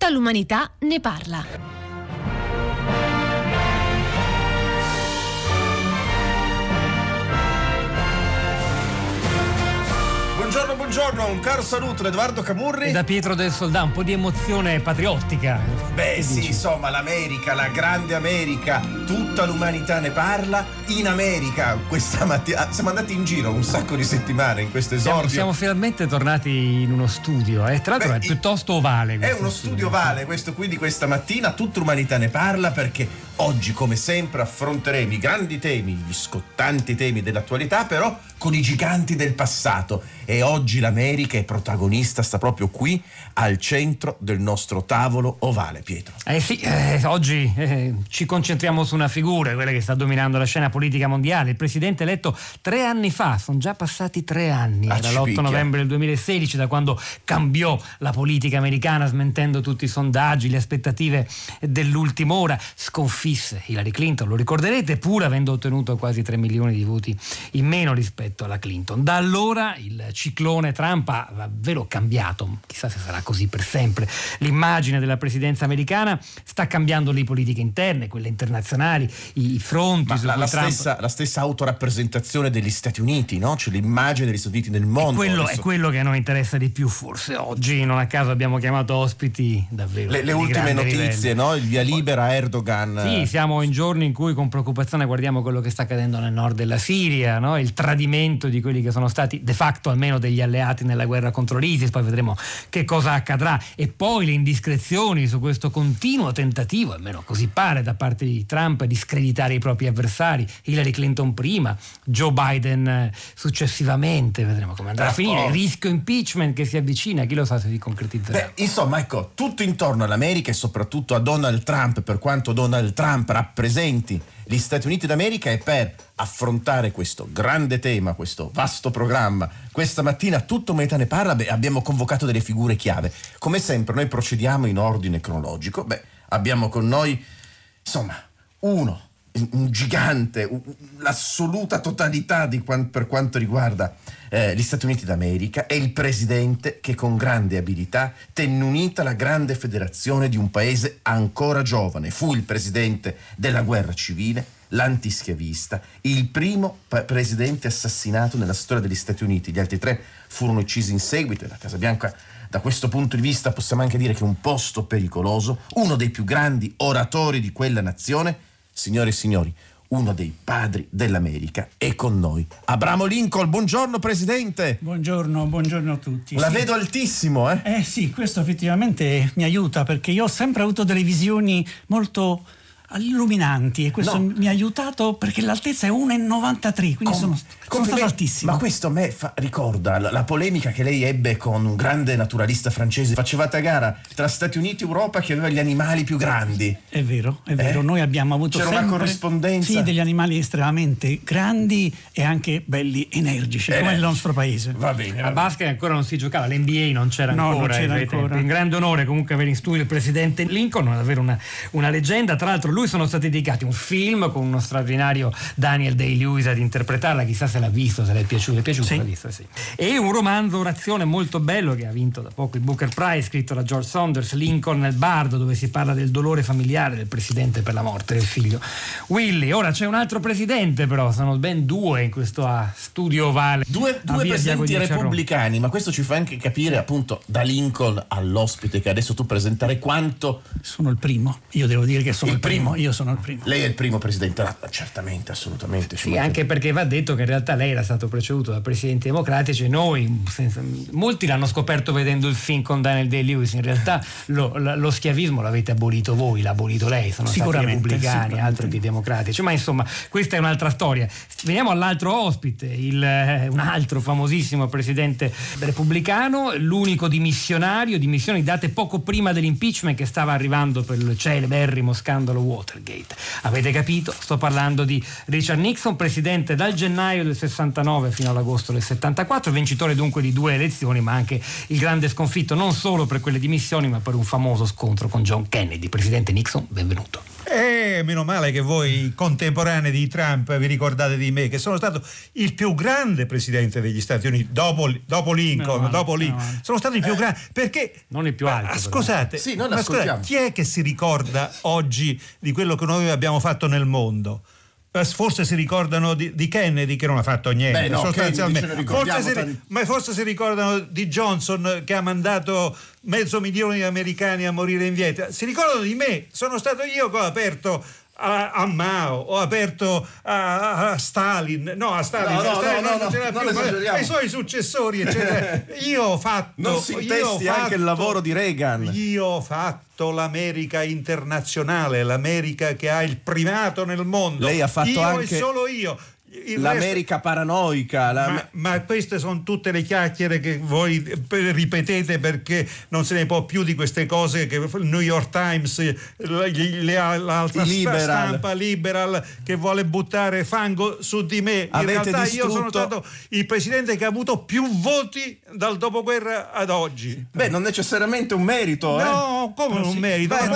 Tutta l'umanità ne parla. Buongiorno, un caro saluto da Edoardo Camurri e da Pietro del Soldà. Un po' di emozione patriottica. Beh sì, insomma, l'America, la grande America, tutta l'umanità ne parla. In America questa mattina siamo andati in giro un sacco di settimane in questo esordio. Siamo finalmente tornati in uno studio, tra l'altro è piuttosto ovale. È uno studio ovale questo, quindi questa mattina tutta l'umanità ne parla, perché oggi come sempre affronteremo i grandi temi, gli scottanti temi dell'attualità, però con i giganti del passato. E oggi l'America è protagonista, sta proprio qui al centro del nostro tavolo ovale, Pietro. Oggi ci concentriamo su una figura, quella che sta dominando la scena politica mondiale, il presidente eletto 3 anni fa, sono già passati 3 anni, era l'8 novembre del 2016 da quando cambiò la politica americana, smentendo tutti i sondaggi, le aspettative dell'ultima ora, sconfisse Hillary Clinton, lo ricorderete, pur avendo ottenuto quasi 3 milioni di voti in meno rispetto alla Clinton. Da allora il ciclone Trump ha davvero cambiato, chissà se sarà così per sempre, l'immagine della presidenza americana, sta cambiando le politiche interne, quelle internazionali, i fronti. Ma la stessa autorappresentazione degli Stati Uniti, no? Cioè l'immagine degli Stati Uniti nel mondo. È quello che a noi interessa di più, forse oggi, non a caso abbiamo chiamato ospiti davvero le ultime notizie, no? Il via libera a Erdogan. Sì, siamo in giorni in cui con preoccupazione guardiamo quello che sta accadendo nel nord della Siria, no? Il tradimento di quelli che sono stati de facto almeno degli alleati nella guerra contro l'ISIS, poi vedremo che cosa accadrà, e poi le indiscrezioni su questo continuo tentativo, almeno così pare, da parte di Trump di screditare i propri avversari, Hillary Clinton prima, Joe Biden successivamente, vedremo come andrà a finire, il rischio impeachment che si avvicina, chi lo sa se si concretizzerà. Insomma, ecco, tutto intorno all'America e soprattutto a Donald Trump, per quanto Donald Trump rappresenti gli Stati Uniti d'America, e per affrontare questo grande tema, questo vasto programma, questa mattina tutta l'umanità ne parla, abbiamo convocato delle figure chiave. Come sempre noi procediamo in ordine cronologico. Abbiamo con noi, insomma, un gigante, l'assoluta totalità per quanto riguarda gli Stati Uniti d'America, è il presidente che con grande abilità tenne unita la grande federazione di un paese ancora giovane. Fu il presidente della guerra civile, l'antischiavista, il primo presidente assassinato nella storia degli Stati Uniti. Gli altri 3 furono uccisi in seguito, e la Casa Bianca da questo punto di vista possiamo anche dire che è un posto pericoloso, uno dei più grandi oratori di quella nazione. Signore e signori, uno dei padri dell'America è con noi. Abramo Lincoln, buongiorno Presidente. Buongiorno a tutti. La vedo altissimo, eh? Sì, questo effettivamente mi aiuta, perché io ho sempre avuto delle visioni molto illuminanti, e questo mi ha aiutato, perché l'altezza è 1,93, quindi sono stato altissimo. Ma questo a me ricorda la polemica che lei ebbe con un grande naturalista francese. Facevate a gara tra Stati Uniti e Europa che aveva gli animali più grandi. È vero. Noi abbiamo avuto sempre una corrispondenza. Sì, degli animali estremamente grandi e anche belli energici, come il nostro paese. Va bene. A basket ancora non si giocava, l'NBA non c'era ancora. Un grande onore comunque avere in studio il presidente Lincoln, davvero una leggenda. Tra l'altro lui sono stati dedicati un film con uno straordinario Daniel Day-Lewis ad interpretarla, chissà se l'ha visto, se le è piaciuto, sì. L'ha visto, sì. E un romanzo orazione molto bello che ha vinto da poco il Booker Prize, scritto da George Saunders, Lincoln nel bardo, dove si parla del dolore familiare del presidente per la morte del figlio Willie. Ora c'è un altro presidente, però sono ben 2 in questo studio ovale. Due presidenti repubblicani, ma questo ci fa anche capire, appunto, da Lincoln all'ospite che adesso tu presenterai, quanto... Sono il primo, io devo dire che sono il primo. Io sono il primo. Lei è il primo presidente? Certamente, assolutamente. Sì, anche perché va detto che in realtà lei era stato preceduto da presidenti democratici. Molti l'hanno scoperto vedendo il film con Daniel Day-Lewis. In realtà lo schiavismo l'avete abolito voi, l'ha abolito lei. Sono stati repubblicani, altro che democratici. Ma insomma, questa è un'altra storia. Veniamo all'altro ospite, un altro famosissimo presidente repubblicano, l'unico dimissioni date poco prima dell'impeachment, che stava arrivando per il celeberrimo scandalo Watergate. Avete capito? Sto parlando di Richard Nixon, presidente dal gennaio del 69 fino all'agosto del 74, vincitore dunque di 2 elezioni, ma anche il grande sconfitto non solo per quelle dimissioni, ma per un famoso scontro con John Kennedy. Presidente Nixon, benvenuto. meno male che voi contemporanei di Trump vi ricordate di me, che sono stato il più grande presidente degli Stati Uniti dopo Lincoln, sono stato il più grande, perché non il più alto. Scusate, sì, noi ascoltiamo. Chi è che si ricorda oggi di quello che noi abbiamo fatto nel mondo? Forse si ricordano di Kennedy, che non ha fatto niente. Beh, no, sostanzialmente. Forse si ricordano di Johnson, che ha mandato 500.000 di americani a morire in Vietnam. Si ricordano di me, sono stato io che ho aperto a Mao, ho aperto a Stalin, non c'era più, ai suoi successori, eccetera. Io ho fatto, non si testi anche il lavoro di Reagan. Io ho fatto l'America internazionale, l'America che ha il primato nel mondo. Lei ha fatto io anche e solo io. L'America paranoica. Ma queste sono tutte le chiacchiere che voi ripetete, perché non se ne può più di queste cose che il New York Times, l'altra stampa liberal che vuole buttare fango su di me. In realtà io sono stato il presidente che ha avuto più voti dal dopoguerra ad oggi. Beh, non necessariamente un merito. No, come un merito? Beh,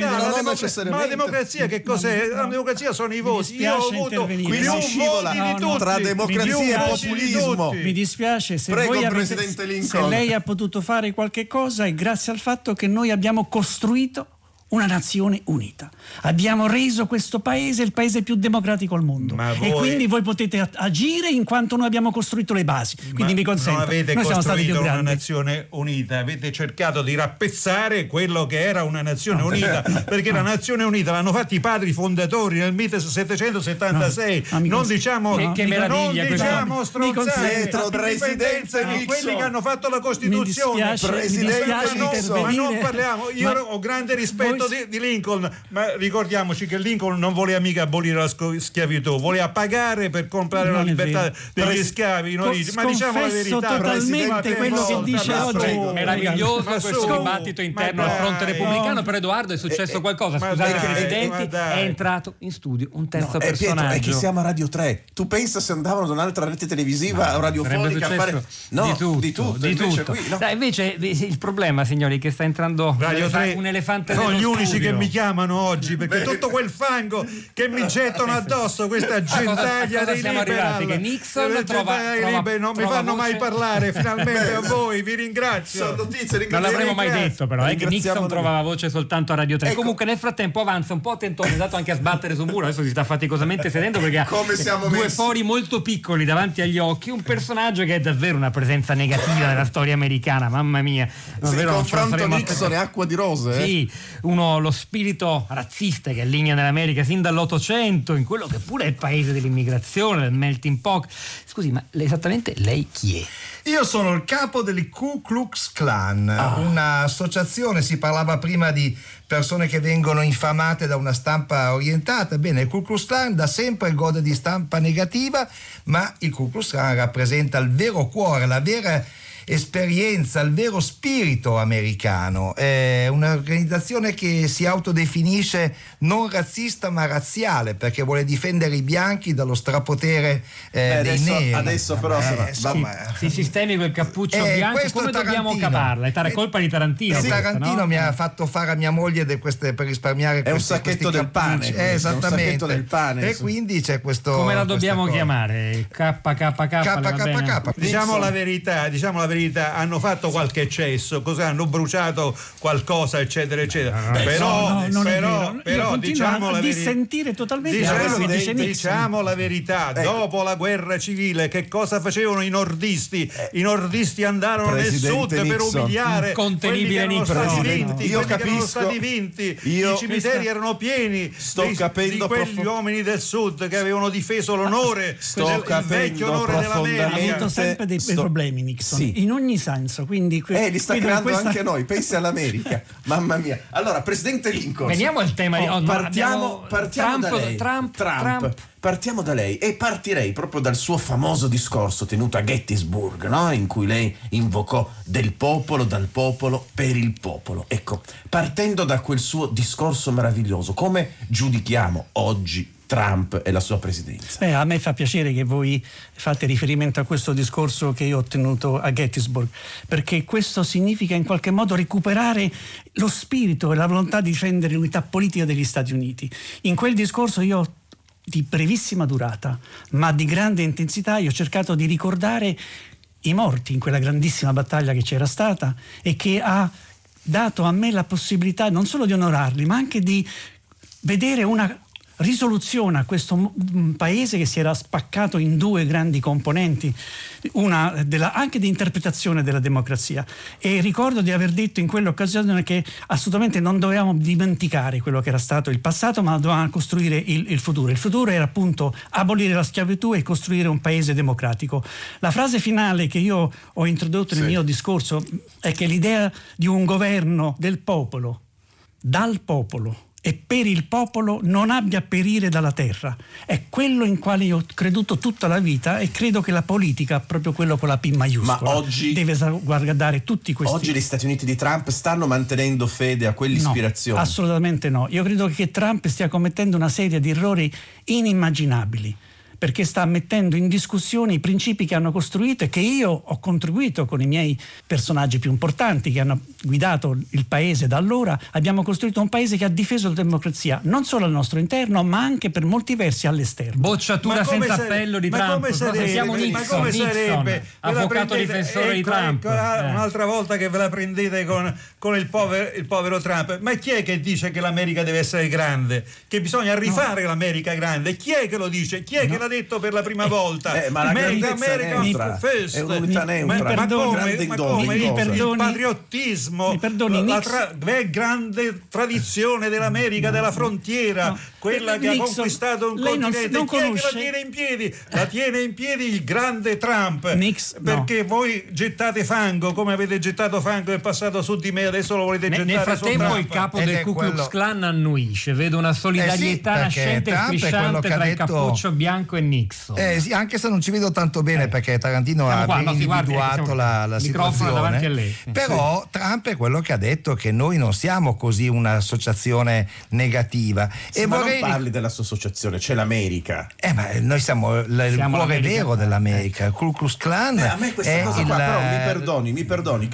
ma la democrazia che cos'è? La democrazia sono i voti. Io ho avuto più voti tra democrazia e populismo. Mi dispiace, se lei ha potuto fare qualche cosa è grazie al fatto che noi abbiamo costruito una nazione unita. Abbiamo reso questo paese il paese più democratico al mondo. E quindi voi potete agire in quanto noi abbiamo costruito le basi. Quindi mi consenta. Non avete noi siamo stati più costruito una grandi. nazione unita, avete cercato di rappezzare quello che era una nazione unita, perché la nazione unita l'hanno fatta i padri fondatori nel 1776. Non diciamo che meraviglia, non diciamo stronzate. Presidente Nixon, quelli che hanno fatto la Costituzione. Ma non parliamo. Io ho grande rispetto di Lincoln, ma ricordiamoci che Lincoln non voleva mica abolire la schiavitù, voleva pagare per comprare la libertà degli schiavi in origine. Ma diciamo la verità, totalmente quello che dice oggi. Meraviglioso questo dibattito interno al fronte repubblicano. Per Edoardo è successo qualcosa, scusate Presidenti, è entrato in studio un terzo personaggio. Pietro, è che siamo a Radio 3. Tu pensa se andavano da un'altra rete televisiva o radiofonica a fare di tutto. Invece il problema, signori, che sta entrando Radio 3, un elefante nello gli unici studio. che mi chiamano oggi, perché tutto quel fango che mi gettano addosso, questa gentaglia dei liberal, che Nixon non mi fanno mai parlare. Finalmente a voi, vi ringrazio. Non l'avremmo mai detto, però è che Nixon trovava voce soltanto a Radio 3. Comunque nel frattempo avanza un po' tentone, è dato anche a sbattere sul muro, adesso si sta faticosamente sedendo perché ha due fori molto piccoli davanti agli occhi, un personaggio che è davvero una presenza negativa nella storia americana, mamma mia. Se confronto Nixon e Acqua di Rose. Sì, lo spirito razzista che allinea nell'America sin dall'Ottocento, in quello che pure è il paese dell'immigrazione, del melting pot. Scusi, ma esattamente lei chi è? Io sono il capo del Ku Klux Klan, un'associazione, si parlava prima di persone che vengono infamate da una stampa orientata. Bene, il Ku Klux Klan da sempre gode di stampa negativa, ma il Ku Klux Klan rappresenta il vero cuore, la vera esperienza, il vero spirito americano. È un'organizzazione che si autodefinisce non razzista ma razziale, perché vuole difendere i bianchi dallo strapotere dei neri. Adesso però si sistemi quel cappuccio bianco, come dobbiamo caparla? È colpa di Tarantino. Tarantino mi ha fatto fare a mia moglie per risparmiare un sacchetto del pane. Esattamente. Un del pane, e quindi c'è questo. Come la dobbiamo chiamare? KKK. Diciamo la verità, hanno fatto qualche eccesso, hanno bruciato qualcosa, eccetera, eccetera. Però diciamo la dissentire totalmente. Diciamo la verità, dopo la guerra civile che cosa facevano i nordisti? I nordisti andarono nel sud per umiliare quelli che erano stati vinti. I cimiteri erano pieni di quegli uomini del sud che avevano difeso l'onore, il vecchio onore dell'America. Ha avuto sempre dei problemi Nixon, in ogni senso, quindi li sta creando anche noi, pensi all'America. Mamma mia. Allora, Presidente Lincoln, veniamo al tema di partiamo da lei. Trump. partiamo da lei e partirei proprio dal suo famoso discorso tenuto a Gettysburg, no? In cui lei invocò del popolo, dal popolo, per il popolo. Ecco, partendo da quel suo discorso meraviglioso, come giudichiamo oggi Trump e la sua presidenza? A me fa piacere che voi fate riferimento a questo discorso che io ho tenuto a Gettysburg, perché questo significa in qualche modo recuperare lo spirito e la volontà di difendere l'unità politica degli Stati Uniti. In quel discorso io, di brevissima durata ma di grande intensità, io ho cercato di ricordare i morti in quella grandissima battaglia che c'era stata e che ha dato a me la possibilità non solo di onorarli ma anche di vedere una risoluzione a questo paese che si era spaccato in due grandi componenti, una anche di interpretazione della democrazia. E ricordo di aver detto in quell'occasione che assolutamente non dovevamo dimenticare quello che era stato il passato, ma dovevamo costruire il futuro. Il futuro era appunto abolire la schiavitù e costruire un paese democratico. La frase finale che io ho introdotto nel mio discorso è che l'idea di un governo del popolo, dal popolo e per il popolo non abbia a perire dalla terra. È quello in quale io ho creduto tutta la vita e credo che la politica, proprio quello con la P maiuscola, ma oggi deve guardare tutti questi... Oggi gli Stati Uniti di Trump stanno mantenendo fede a quell'ispirazione? No, assolutamente no. Io credo che Trump stia commettendo una serie di errori inimmaginabili, perché sta mettendo in discussione i principi che hanno costruito e che io ho contribuito con i miei personaggi più importanti che hanno guidato il paese da allora. Abbiamo costruito un paese che ha difeso la democrazia non solo al nostro interno ma anche per molti versi all'esterno. Bocciatura senza appello di Trump. Siamo Nixon, avvocato difensore di Trump. Un'altra volta che ve la prendete con il povero Trump. Ma chi è che dice che l'America deve essere grande? Che bisogna rifare l'America grande? Chi è che lo dice? Chi è che l'ha detto per la prima volta? Ma la grandezza è un'unità neutra. Ma come il patriottismo, la grande tradizione dell'America, della frontiera, quella che ha conquistato un continente, chi è che la tiene in piedi? La tiene in piedi il grande Trump, perché voi gettate fango come avete gettato fango nel passato su di me, adesso lo volete gettare nel frattempo su Trump. Il capo del Ku Klux Klan annuisce, vedo una solidarietà nascente e strisciante tra il cappuccio bianco e Nixon. Sì, anche se non ci vedo tanto bene perché Tarantino ha ben individuato la situazione, a lei. Però Trump è quello che ha detto che noi non siamo così un'associazione negativa. Ma non parli della sua associazione, c'è l'America. Ma noi siamo il cuore vero dell'America. Il Ku Klux Klan a me questa cosa qua, però mi perdoni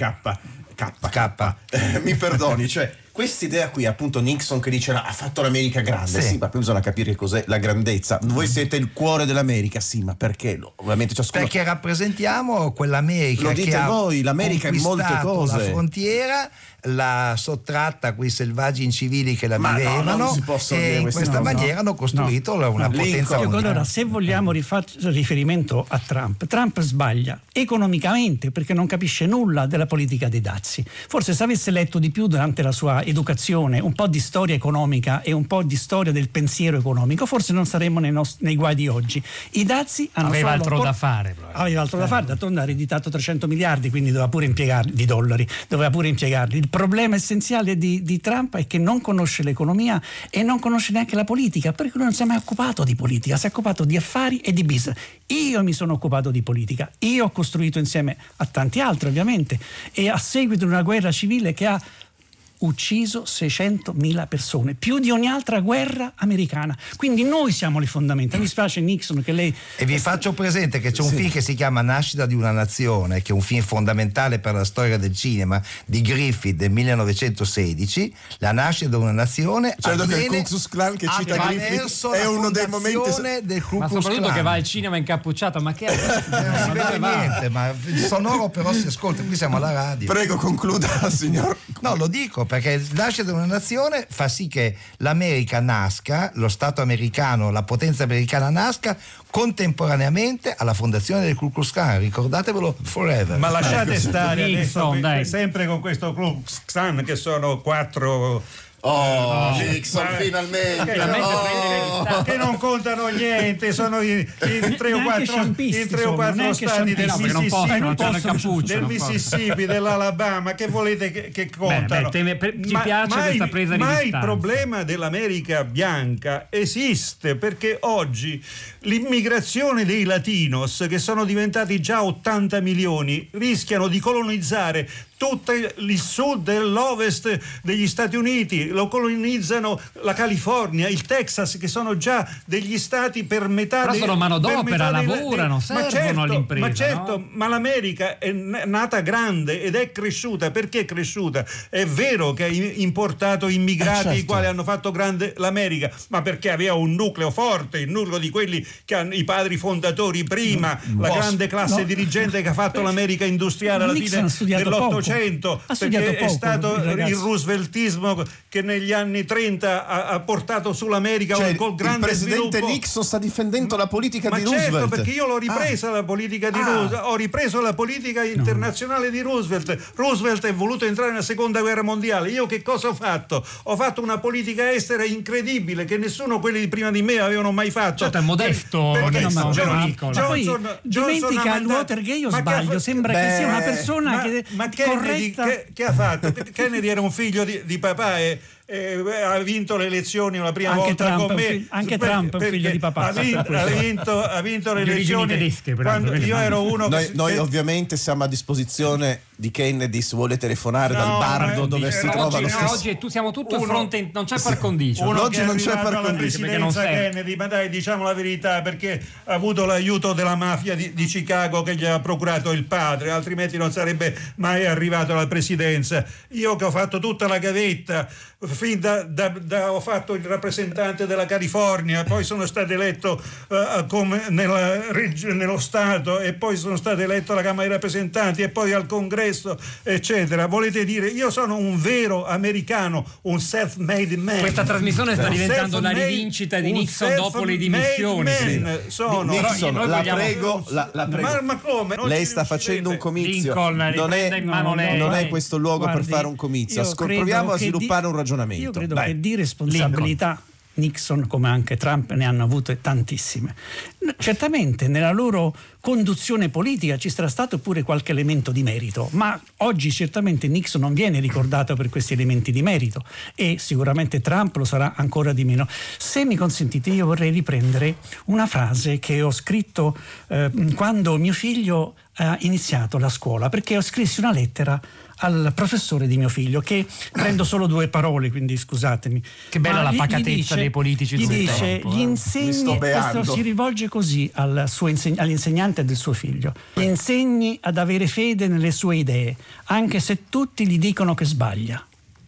K. Mi perdoni, cioè quest'idea qui, appunto, Nixon che dice ha fatto l'America grande, sì, ma poi bisogna capire cos'è la grandezza. Voi siete il cuore dell'America, sì, ma perché? Ovviamente ciascuno... Perché rappresentiamo quell'America lo dite che voi, l'America è molte cose. La frontiera l'ha sottratta a quei selvaggi incivili che la vivevano, non si possono e dire in questa maniera hanno costruito una potenza mondiale. Allora, se vogliamo fare riferimento a Trump sbaglia economicamente perché non capisce nulla della politica dei dazi. Forse se avesse letto di più durante la sua educazione un po' di storia economica e un po' di storia del pensiero economico, forse non saremmo nei guai di oggi. I dazi hanno aveva altro da fare, d'altronde ha ereditato 300 miliardi, quindi doveva pure impiegarli, di dollari, doveva pure impiegarli. Il problema essenziale di Trump è che non conosce l'economia e non conosce neanche la politica, perché lui non si è mai occupato di politica, si è occupato di affari e di business. Io mi sono occupato di politica, io ho costruito insieme a tanti altri ovviamente, e a seguito di una guerra civile che ha ucciso 600.000 persone, più di ogni altra guerra americana. Quindi noi siamo le fondamenta. Mi spiace Nixon che lei... E vi faccio presente che c'è un film che si chiama Nascita di una nazione, che è un film fondamentale per la storia del cinema, di Griffith del 1916. La nascita di una nazione, certo che il Ku Klux Klan che cita Griffith è uno dei momenti del Ku Klux ma soprattutto Klan. Che va al cinema incappucciato, ma che non vede niente, ma il sonoro però si ascolta, qui siamo alla radio. Prego, concluda, signor. No, lo dico perché il nascita di una nazione fa sì che l'America nasca, lo Stato americano, la potenza americana nasca contemporaneamente alla fondazione del Ku Klux Klan. Ricordatevelo forever. Ma lasciate stare Nixon, adesso, sempre con questo Ku Klux Klan che sono quattro Nixon finalmente che non contano niente, sono i 3 o 4 stati del Mississippi, dell'Alabama, che volete che contano. Ci piace questa presa di distanza. Ma il problema dell'America bianca esiste, perché oggi l'immigrazione dei latinos, che sono diventati già 80 milioni, rischiano di colonizzare tutto il sud e l'ovest degli Stati Uniti, lo colonizzano la California, il Texas, che sono già degli stati per metà. Però sono manodopera, lavorano, servono all'impresa. Ma certo, ma l'America è nata grande ed è cresciuta. Perché è cresciuta? È vero che ha importato immigrati, i quali hanno fatto grande l'America, ma perché aveva un nucleo forte, il nucleo di quelli che hanno i padri fondatori prima, la grande classe dirigente che ha fatto l'America industriale alla fine dell'Ottocento, perché è stato il rooseveltismo che negli anni 30 ha portato sull'America col grande sviluppo. Il presidente Nixon sta difendendo la politica di Roosevelt. Ma certo, perché io l'ho ripresa la politica di Roosevelt, ho ripreso la politica internazionale di Roosevelt. Roosevelt è voluto entrare nella seconda guerra mondiale. Io che cosa ho fatto? Ho fatto una politica estera incredibile che nessuno, quelli di prima di me, avevano mai fatto. Certo, è modesto. Dimentica il Watergate, o sbaglio? Sembra che sia una persona che ha fatto? Kennedy era un figlio di papà e ha vinto le elezioni la prima volta con me. Anche Trump è un figlio di papà. Ha vinto le elezioni tedesche, quando io ero uno. Noi ovviamente siamo a disposizione di Kennedy, se vuole telefonare dal bardo dove si trova lo stesso. Oggi siamo tutto il fronte, non c'è par condicio. Oggi non c'è par condicio. Presidenza Kennedy, ma dai, diciamo la verità, perché ha avuto l'aiuto della mafia di Chicago che gli ha procurato il padre, altrimenti non sarebbe mai arrivato alla presidenza. Io che ho fatto tutta la gavetta, fin ho fatto il rappresentante della California, poi sono stato eletto come nello Stato, e poi sono stato eletto alla Camera dei rappresentanti e poi al Congresso, eccetera. Volete dire, io sono un vero americano, un self-made man. Questa trasmissione sta diventando la rivincita di Nixon dopo le dimissioni. Nixon, la prego. Ma come? Lei sta facendo un comizio. Non è questo luogo per fare un comizio. Proviamo a sviluppare un ragionamento. Io credo che di responsabilità Nixon, come anche Trump, ne hanno avute tantissime. Certamente nella loro conduzione politica ci sarà stato pure qualche elemento di merito, ma oggi certamente Nixon non viene ricordato per questi elementi di merito, e sicuramente Trump lo sarà ancora di meno. Se mi consentite, io vorrei riprendere una frase che ho scritto quando mio figlio ha iniziato la scuola, perché ho scrissi una lettera al professore di mio figlio, che prendo solo 2 parole, quindi scusatemi. Che bella la pacatezza dei politici. Gli dice, gli insegni, questo si rivolge così all'insegnante del suo figlio: gli insegni ad avere fede nelle sue idee, anche se tutti gli dicono che sbaglia.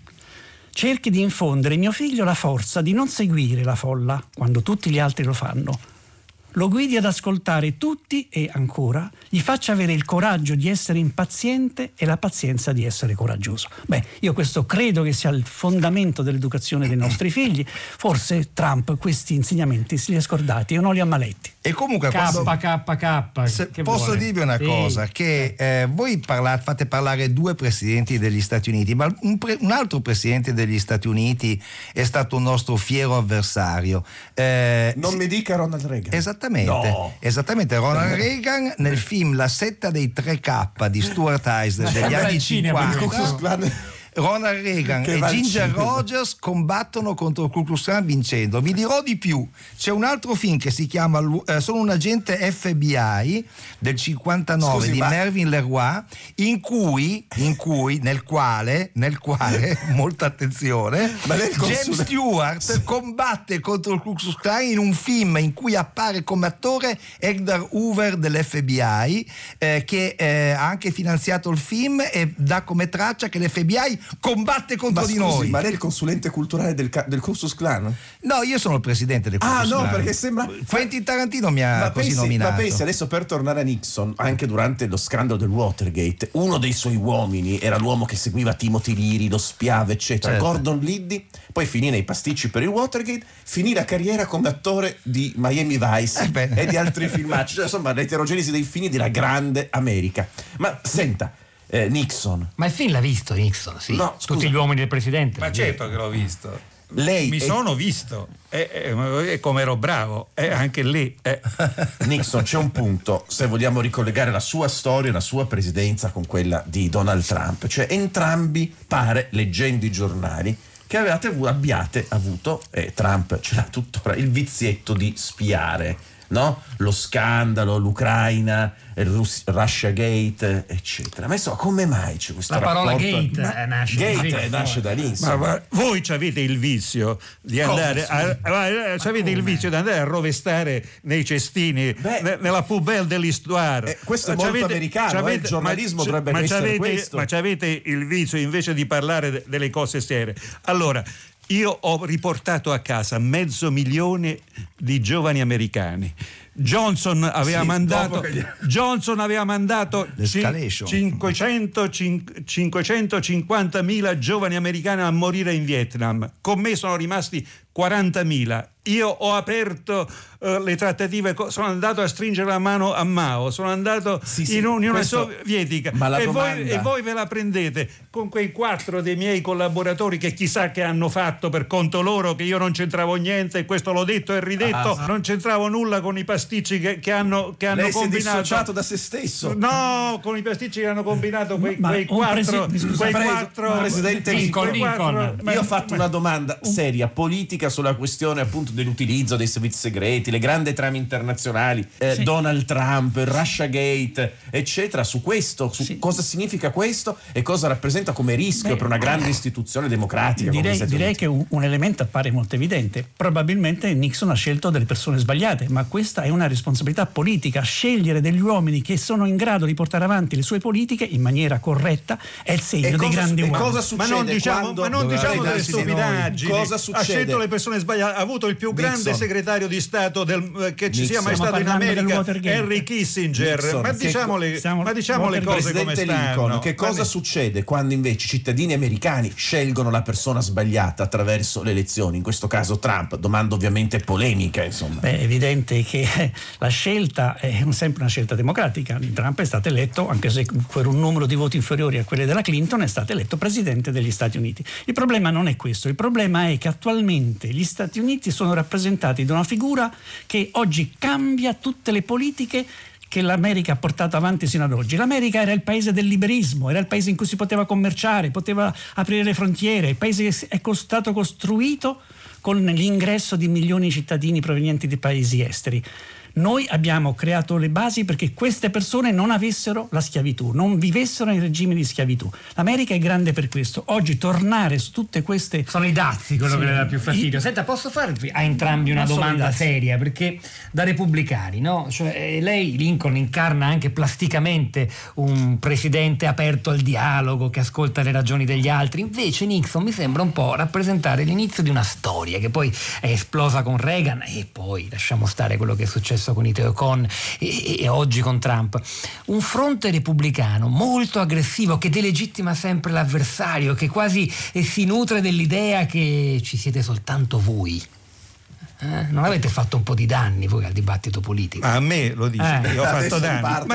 Cerchi di infondere in mio figlio la forza di non seguire la folla quando tutti gli altri lo fanno. Lo guidi ad ascoltare tutti e, ancora, gli faccia avere il coraggio di essere impaziente e la pazienza di essere coraggioso. Io questo credo che sia il fondamento dell'educazione dei nostri figli. Forse Trump questi insegnamenti se li ha scordati o non li ha maletti. E comunque posso dirvi una cosa, che voi fate parlare 2 presidenti degli Stati Uniti, ma un altro presidente degli Stati Uniti è stato un nostro fiero avversario. Non mi dica Ronald Reagan. Esattamente, Ronald Reagan nel film La setta dei 3K di Stuart Eisner degli anni 50. Ronald Reagan e Ginger Rogers combattono contro il Ku Klux Klan vincendo. Vi dirò di più, c'è un altro film che si chiama Sono un agente FBI del 59 di Mervyn LeRoy, nel quale molta attenzione, James Stewart combatte contro il Ku Klux Klan in un film in cui appare come attore Edgar Hoover dell'FBI, che ha anche finanziato il film e dà come traccia che l'FBI combatte contro di noi. Ma lei è il consulente culturale del Ku Klux Klan? No, io sono il presidente del Ku Klux Klan. Perché sembra Quentin Tarantino mi ha così nominato. Ma pensi, adesso, per tornare a Nixon, anche durante lo scandalo del Watergate, uno dei suoi uomini era l'uomo che seguiva Timothy Leary, lo spiava, eccetera, certo. Gordon Liddy, poi finì nei pasticci per il Watergate, finì la carriera come attore di Miami Vice e di altri filmacci, insomma l'eterogenesi dei fini della grande America. Ma senta, Nixon. Ma il film l'ha visto Nixon, sì? No, tutti gli uomini del presidente. Ma certo che l'ho visto. Lei sono visto e come ero bravo anche lì Nixon, c'è un punto, se vogliamo ricollegare la sua storia, la sua presidenza con quella di Donald Trump, cioè entrambi, pare, leggendo i giornali, che abbiate avuto, Trump ce l'ha tuttora, il vizietto di spiare, no? Lo scandalo, l'Ucraina, il Russia Gate, eccetera. Ma insomma, come mai c'è questo rapporto? La parola Gate nasce da lì. Ma voi avete il vizio di andare avete il vizio di andare a rovestare nei cestini, nella poubelle dell'histoire. Questo è molto americano, il giornalismo dovrebbe essere questo. Ma avete il vizio invece di parlare delle cose serie. Allora, io ho riportato a casa 500.000 di giovani americani. Johnson aveva mandato 550.000 giovani americani a morire in Vietnam. Con me sono rimasti 40.000. Io ho aperto le trattative, sono andato a stringere la mano a Mao, sono andato in Unione Sovietica e voi ve la prendete con quei 4 dei miei collaboratori che chissà che hanno fatto per conto loro, che io non c'entravo niente, e questo l'ho detto e ridetto, non c'entravo nulla con i pasticci che hanno Lei combinato. Si è dissociato da se stesso. No, con i pasticci che hanno combinato quei 4 Presidente Lincoln. Io ho fatto una domanda seria, politica, sulla questione appunto dell'utilizzo dei servizi segreti, le grandi trame internazionali, Donald Trump, Russia Gate, eccetera. Su questo, cosa significa questo e cosa rappresenta come rischio per una grande istituzione democratica. Direi che un elemento appare molto evidente. Probabilmente Nixon ha scelto delle persone sbagliate, ma questa è una responsabilità politica. Scegliere degli uomini che sono in grado di portare avanti le sue politiche in maniera corretta è il segno dei grandi uomini. Cosa succede? Ma non diciamo delle stupidaggini. Cosa succede? Ha scelto le persone sbagliate. Ha avuto il più grande segretario di Stato che ci sia mai stato in America, Henry Kissinger. Nixon, ma diciamo le cose come stanno. Che cosa succede quando invece i cittadini americani scelgono la persona sbagliata attraverso le elezioni? In questo caso Trump. Domanda ovviamente polemica, insomma. È evidente che la scelta è sempre una scelta democratica. Trump è stato eletto, anche se per un numero di voti inferiori a quelli della Clinton, è stato eletto presidente degli Stati Uniti. Il problema non è questo, il problema è che attualmente gli Stati Uniti sono rappresentati da una figura che oggi cambia tutte le politiche che l'America ha portato avanti sino ad oggi. L'America era il paese del liberismo, era il paese in cui si poteva commerciare, poteva aprire le frontiere, il paese che è stato costruito con l'ingresso di milioni di cittadini provenienti di paesi esteri. Noi abbiamo creato le basi perché queste persone non avessero la schiavitù, non vivessero in regime di schiavitù. L'America è grande per questo. Oggi tornare su tutte queste... Sono i dazi quello che le dà più fastidio. Senta, posso farvi a entrambi una domanda seria? Perché da repubblicani, no? Cioè, lei, Lincoln, incarna anche plasticamente un presidente aperto al dialogo, che ascolta le ragioni degli altri. Invece Nixon mi sembra un po' rappresentare l'inizio di una storia che poi è esplosa con Reagan e poi lasciamo stare quello che è successo con i Teocon e oggi con Trump. Un fronte repubblicano molto aggressivo che delegittima sempre l'avversario, che quasi si nutre dell'idea che ci siete soltanto voi. Non avete fatto un po' di danni voi al dibattito politico? A me lo dice, io ho fatto danni.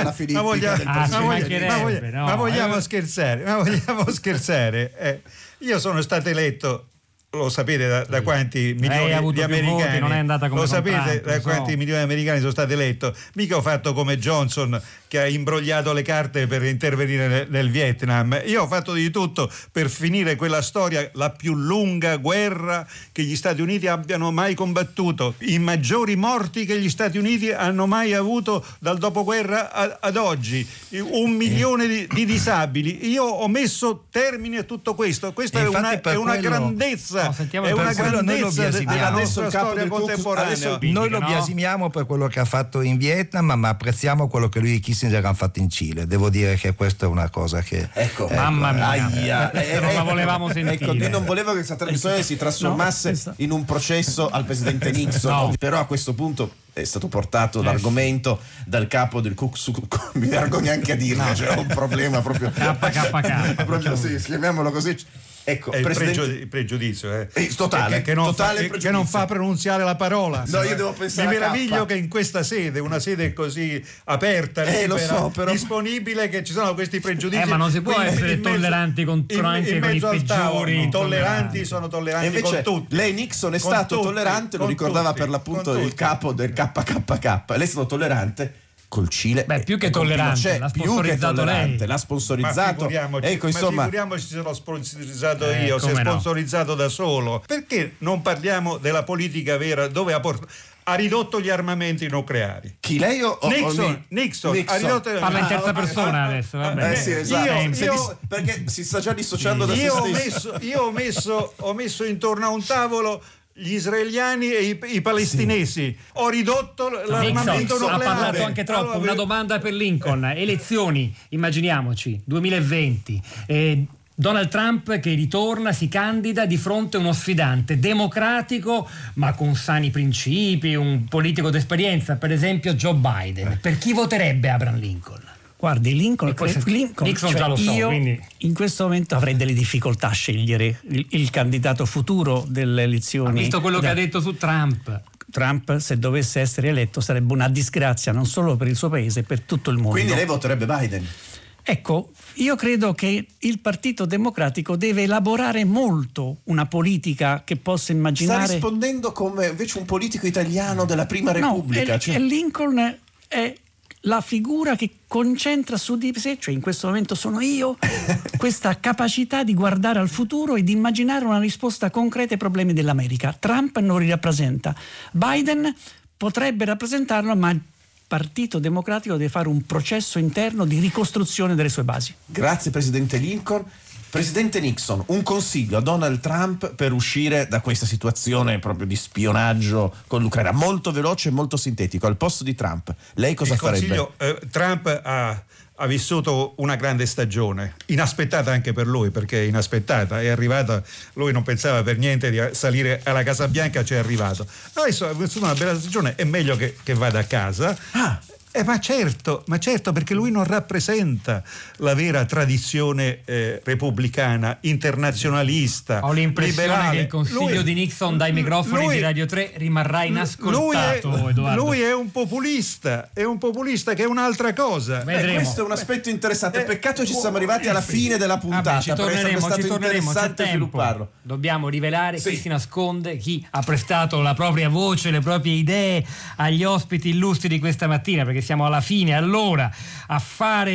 Ma vogliamo scherzare? Io sono stato eletto, lo sapete da quanti milioni di americani, non è andata come lo sapete Trump, quanti milioni di americani sono stati eletti. Mica ho fatto come Johnson, che ha imbrogliato le carte per intervenire nel Vietnam. Io ho fatto di tutto per finire quella storia, la più lunga guerra che gli Stati Uniti abbiano mai combattuto, i maggiori morti che gli Stati Uniti hanno mai avuto dal dopoguerra ad oggi, 1 milione di disabili. Io ho messo termine a tutto questo. Questa è una grandezza. È una grandezza della nostra storia contemporanea. Noi lo biasimiamo per quello che ha fatto in Vietnam, ma apprezziamo quello che lui e Kissinger hanno fatto in Cile. Devo dire che questa è una cosa che... Mamma mia, non la volevamo sentire. Io non volevo che questa trasmissione si trasformasse in un processo al presidente Nixon, però a questo punto è stato portato l'argomento dal capo del Ku Klux Klan. Mi vergogno anche a dirlo, c'era un problema proprio KKK. proprio sì, chiamiamolo così. Ecco, è il pregiudizio totale, che non fa pronunziare la parola. No, io devo pensare. Mi meraviglio che in questa sede, una sede così aperta, libera, però... disponibile, che ci sono questi pregiudizi. Ma non si può essere tolleranti anche con i peggiori. I tolleranti sono tolleranti invece, con tutti. Lei Nixon è stato tollerante, lo ricordava per l'appunto il capo del KKK. Lei è stato tollerante col Cile. Più che tollerante, l'ha sponsorizzato lei. L'ha sponsorizzato. Ecco, insomma, figuriamoci se l'ho sponsorizzato io, se è sponsorizzato da solo. Perché non parliamo della politica vera, dove ha ridotto gli armamenti nucleari? Chi, lei o Nixon ha ridotto. Parla in terza persona adesso, vabbè. Sì, esatto. Perché si sta già dissociando da se stesso. Io ho messo intorno a un tavolo gli israeliani e i palestinesi. Ho ridotto l'armamento nucleare. Ha parlato anche troppo. Una domanda per Lincoln. Elezioni, immaginiamoci, 2020. Donald Trump che ritorna, si candida di fronte a uno sfidante democratico ma con sani principi, un politico d'esperienza, per esempio Joe Biden. Per chi voterebbe Abraham Lincoln? Guardi, Nixon già lo so, io quindi... in questo momento avrei delle difficoltà a scegliere il candidato futuro delle elezioni. Ha visto quello che ha detto su Trump? Trump, se dovesse essere eletto, sarebbe una disgrazia non solo per il suo paese, per tutto il mondo. Quindi lei voterebbe Biden? Ecco, io credo che il Partito Democratico deve elaborare molto una politica che possa immaginare... Sta rispondendo come invece un politico italiano della Prima Repubblica. No, Lincoln è la figura che concentra su di sé, cioè in questo momento sono io, questa capacità di guardare al futuro e di immaginare una risposta concreta ai problemi dell'America. Trump non li rappresenta. Biden potrebbe rappresentarlo, ma il Partito Democratico deve fare un processo interno di ricostruzione delle sue basi. Grazie Presidente Lincoln. Presidente Nixon, un consiglio a Donald Trump per uscire da questa situazione proprio di spionaggio con l'Ucraina, molto veloce e molto sintetico. Al posto di Trump, lei cosa farebbe? Trump ha vissuto una grande stagione, inaspettata anche per lui, perché inaspettata, è arrivata, lui non pensava per niente di salire alla Casa Bianca, ci è arrivato. Adesso ha vissuto una bella stagione, è meglio che vada a casa. Ma certo, perché lui non rappresenta la vera tradizione repubblicana, internazionalista, ho l'impressione liberale. Che il consiglio di Nixon dai microfoni di Radio 3 rimarrà inascoltato. Edoardo. Lui è un populista che è un'altra cosa. Questo è un aspetto interessante. Peccato ci siamo arrivati alla fine della puntata. Ci torneremo, c'è tempo. Dobbiamo rivelare chi si nasconde, chi ha prestato la propria voce, le proprie idee agli ospiti illustri di questa mattina, perché siamo alla fine. Allora, a fare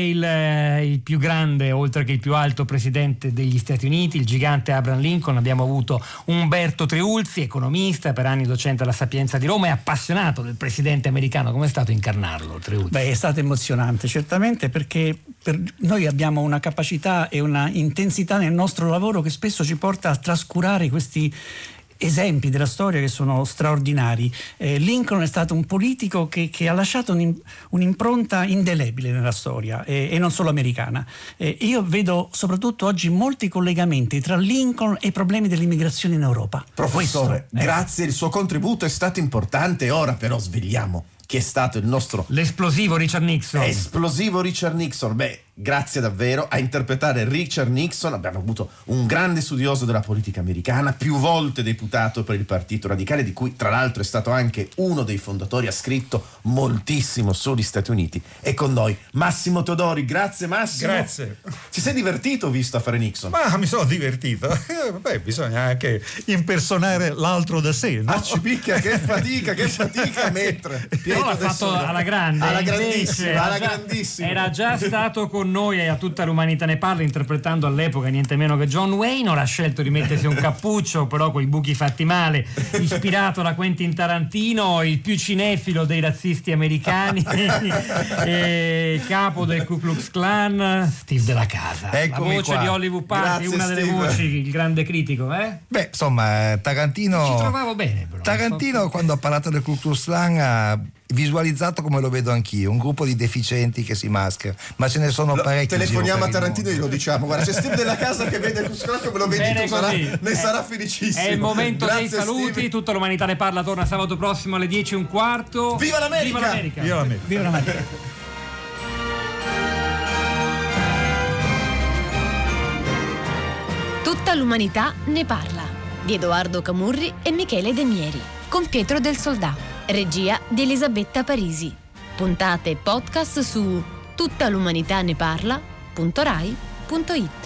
il più grande, oltre che il più alto presidente degli Stati Uniti, il gigante Abraham Lincoln, abbiamo avuto Umberto Triulzi, economista, per anni docente alla Sapienza di Roma e appassionato del presidente americano. Come è stato incarnarlo, Triulzi? È stato emozionante, certamente, perché noi abbiamo una capacità e una intensità nel nostro lavoro che spesso ci porta a trascurare questi esempi della storia che sono straordinari. Lincoln è stato un politico che ha lasciato un'impronta indelebile nella storia e non solo americana. Io vedo soprattutto oggi molti collegamenti tra Lincoln e i problemi dell'immigrazione in Europa. Professore, grazie, il suo contributo è stato importante. Ora però svegliamo chi è stato il nostro... l'esplosivo Richard Nixon. Esplosivo Richard Nixon. Grazie davvero. A interpretare Richard Nixon abbiamo avuto un grande studioso della politica americana, più volte deputato per il Partito Radicale, di cui tra l'altro è stato anche uno dei fondatori, ha scritto moltissimo sugli Stati Uniti. E con noi Massimo Teodori. Grazie Massimo. Grazie. Ci sei divertito visto a fare Nixon? Ma mi sono divertito. Bisogna anche impersonare l'altro da sé, no? Ci picchia, che fatica mentre l'ha fatto alla grande, alla grandissima. Era già stato con noi e a tutta l'umanità ne parla, interpretando all'epoca niente meno che John Wayne. Ora ha scelto di mettersi un cappuccio, però con i buchi fatti male, ispirato da Quentin Tarantino, il più cinefilo dei razzisti americani, capo del Ku Klux Klan, Steve Della Casa. Eccomi la voce qua. di Hollywood Party. Grazie, una delle Steve. voci, il grande critico, insomma, Tarantino ci trovavo bene, però. Tarantino quando ha parlato del Ku Klux Klan ha visualizzato come lo vedo anch'io, un gruppo di deficienti che si maschera, ma ce ne sono parecchi. Telefoniamo a Tarantino e glielo diciamo: guarda, c'è Steve Della Casa che vede il Cuscrocco, me lo vedi bene tu, ne sarà felicissimo. È il momento Grazie, dei saluti. Steve. Tutta l'umanità ne parla, torna sabato prossimo alle 10:15. Viva l'America! Viva l'America! Viva l'America! Viva l'America! Tutta l'umanità ne parla. Di Edoardo Camurri e Michele De Mieri. Con Pietro del Soldà. Regia di Elisabetta Parisi. Puntate e podcast su tuttalumanitaneparla.rai.it.